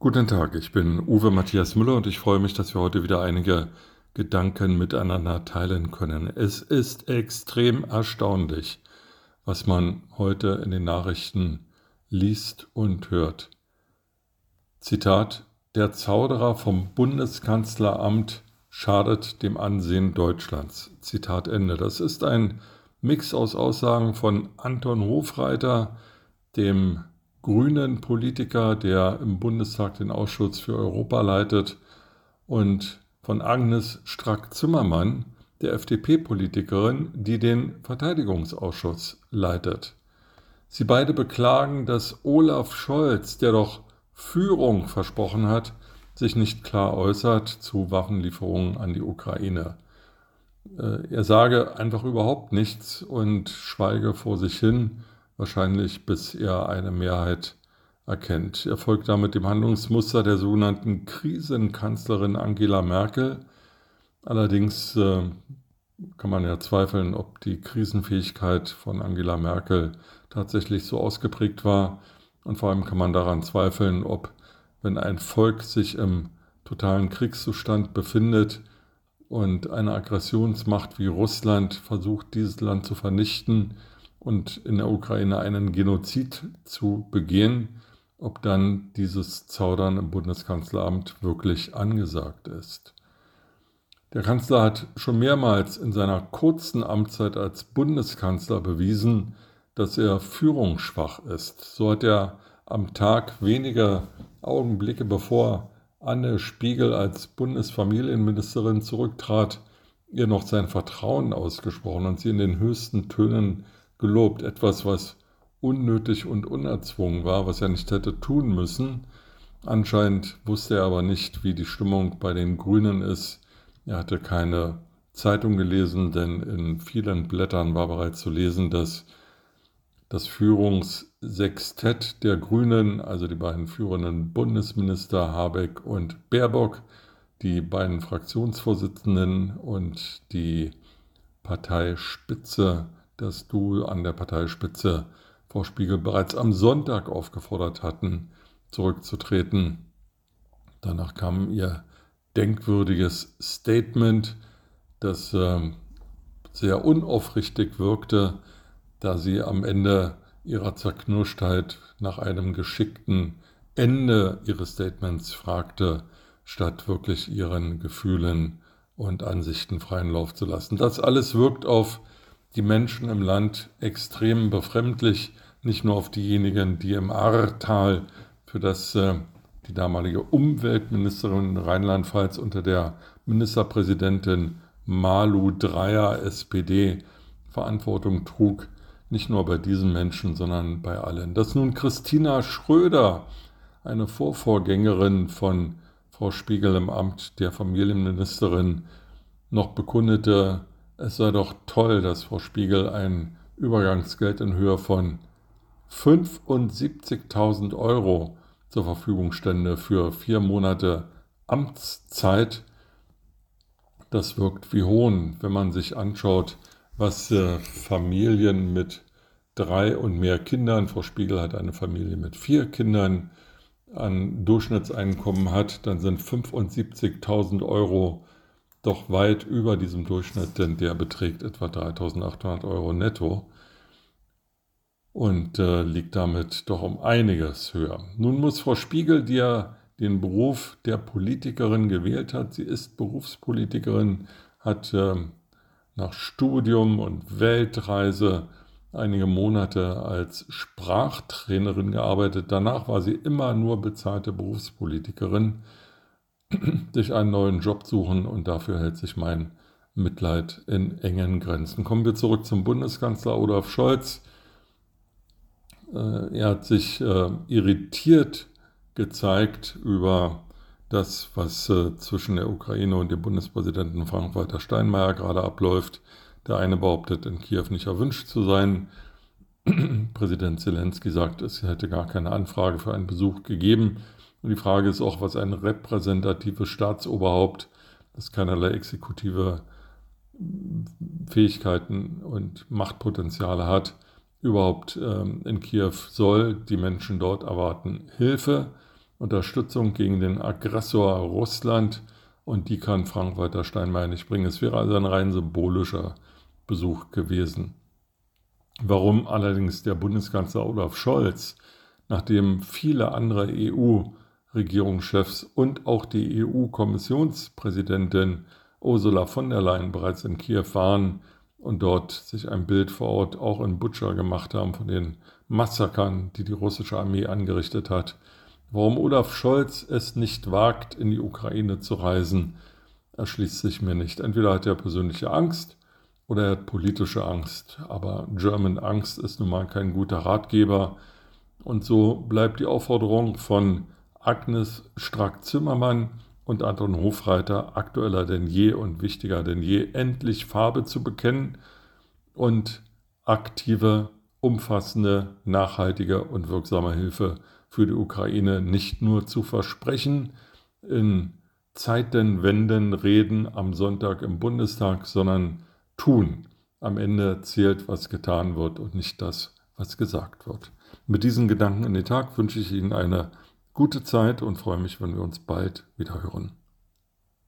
Guten Tag, ich bin Uwe Matthias Müller und ich freue mich, dass wir heute wieder einige Gedanken miteinander teilen können. Es ist extrem erstaunlich, was man heute in den Nachrichten liest und hört. Zitat: Der Zauderer vom Bundeskanzleramt schadet dem Ansehen Deutschlands. Zitat Ende. Das ist ein Mix aus Aussagen von Anton Hofreiter, dem grünen Politiker, der im Bundestag den Ausschuss für Europa leitet, und von Agnes Strack-Zimmermann, der FDP-Politikerin, die den Verteidigungsausschuss leitet. Sie beide beklagen, dass Olaf Scholz, der doch Führung versprochen hat, sich nicht klar äußert zu Waffenlieferungen an die Ukraine. Er sage einfach überhaupt nichts und schweige vor sich hin, wahrscheinlich bis er eine Mehrheit erkennt. Er folgt damit dem Handlungsmuster der sogenannten Krisenkanzlerin Angela Merkel. Allerdings kann man ja zweifeln, ob die Krisenfähigkeit von Angela Merkel tatsächlich so ausgeprägt war. Und vor allem kann man daran zweifeln, ob, wenn ein Volk sich im totalen Kriegszustand befindet und eine Aggressionsmacht wie Russland versucht, dieses Land zu vernichten und in der Ukraine einen Genozid zu begehen, ob dann dieses Zaudern im Bundeskanzleramt wirklich angesagt ist. Der Kanzler hat schon mehrmals in seiner kurzen Amtszeit als Bundeskanzler bewiesen, dass er führungsschwach ist. So hat er am Tag wenige Augenblicke bevor Anne Spiegel als Bundesfamilienministerin zurücktrat, ihr noch sein Vertrauen ausgesprochen und sie in den höchsten Tönen gelobt. Etwas, was unnötig und unerzwungen war, was er nicht hätte tun müssen. Anscheinend wusste er aber nicht, wie die Stimmung bei den Grünen ist. Er hatte keine Zeitung gelesen, denn in vielen Blättern war bereits zu lesen, dass das Führungssextett der Grünen, also die beiden führenden Bundesminister Habeck und Baerbock, die beiden Fraktionsvorsitzenden und die Parteispitze, das Duo an der Parteispitze, Frau Spiegel, bereits am Sonntag aufgefordert hatten, zurückzutreten. Danach kam ihr denkwürdiges Statement, das sehr unaufrichtig wirkte, da sie am Ende ihrer Zerknirschtheit nach einem geschickten Ende ihres Statements fragte, statt wirklich ihren Gefühlen und Ansichten freien Lauf zu lassen. Das alles wirkt auf die Menschen im Land extrem befremdlich, nicht nur auf diejenigen, die im Ahrtal, für das die damalige Umweltministerin Rheinland-Pfalz unter der Ministerpräsidentin Malu Dreyer, SPD, Verantwortung trug, nicht nur bei diesen Menschen, sondern bei allen. Dass nun Christina Schröder, eine Vorvorgängerin von Frau Spiegel im Amt der Familienministerin, noch bekundete, es sei doch toll, dass Frau Spiegel ein Übergangsgeld in Höhe von 75.000 Euro zur Verfügung stände für 4 Monate Amtszeit. Das wirkt wie Hohn, wenn man sich anschaut, was Familien mit 3 und mehr Kindern, Frau Spiegel hat eine Familie mit 4 Kindern, an Durchschnittseinkommen hat, dann sind 75.000 Euro doch weit über diesem Durchschnitt, denn der beträgt etwa 3.800 Euro netto und liegt damit doch um einiges höher. Nun muss Frau Spiegel, die ja den Beruf der Politikerin gewählt hat, sie ist Berufspolitikerin, hat nach Studium und Weltreise einige Monate als Sprachtrainerin gearbeitet. Danach war sie immer nur bezahlte Berufspolitikerin, sich einen neuen Job suchen, und dafür hält sich mein Mitleid in engen Grenzen. Kommen wir zurück zum Bundeskanzler Olaf Scholz. Er hat sich irritiert gezeigt über das, was zwischen der Ukraine und dem Bundespräsidenten Frank-Walter Steinmeier gerade abläuft. Der eine behauptet, in Kiew nicht erwünscht zu sein. Präsident Zelensky sagt, es hätte gar keine Anfrage für einen Besuch gegeben. Und die Frage ist auch, was ein repräsentatives Staatsoberhaupt, das keinerlei exekutive Fähigkeiten und Machtpotenziale hat, überhaupt in Kiew soll. Die Menschen dort erwarten Hilfe Unterstützung gegen den Aggressor Russland und die kann Frank-Walter Steinmeier nicht bringen. Es wäre also ein rein symbolischer Besuch gewesen. Warum allerdings der Bundeskanzler Olaf Scholz, nachdem viele andere EU-Regierungschefs und auch die EU-Kommissionspräsidentin Ursula von der Leyen bereits in Kiew waren und dort sich ein Bild vor Ort auch in Butscha gemacht haben von den Massakern, die die russische Armee angerichtet hat, warum Olaf Scholz es nicht wagt, in die Ukraine zu reisen, erschließt sich mir nicht. Entweder hat er persönliche Angst oder er hat politische Angst. Aber German Angst ist nun mal kein guter Ratgeber. Und so bleibt die Aufforderung von Agnes Strack-Zimmermann und Anton Hofreiter aktueller denn je und wichtiger denn je, endlich Farbe zu bekennen und aktive, umfassende, nachhaltige und wirksame Hilfe für die Ukraine nicht nur zu versprechen in Zeitenwenden-Reden am Sonntag im Bundestag, sondern tun. Am Ende zählt, was getan wird und nicht das, was gesagt wird. Mit diesen Gedanken in den Tag wünsche ich Ihnen eine gute Zeit und freue mich, wenn wir uns bald wieder hören.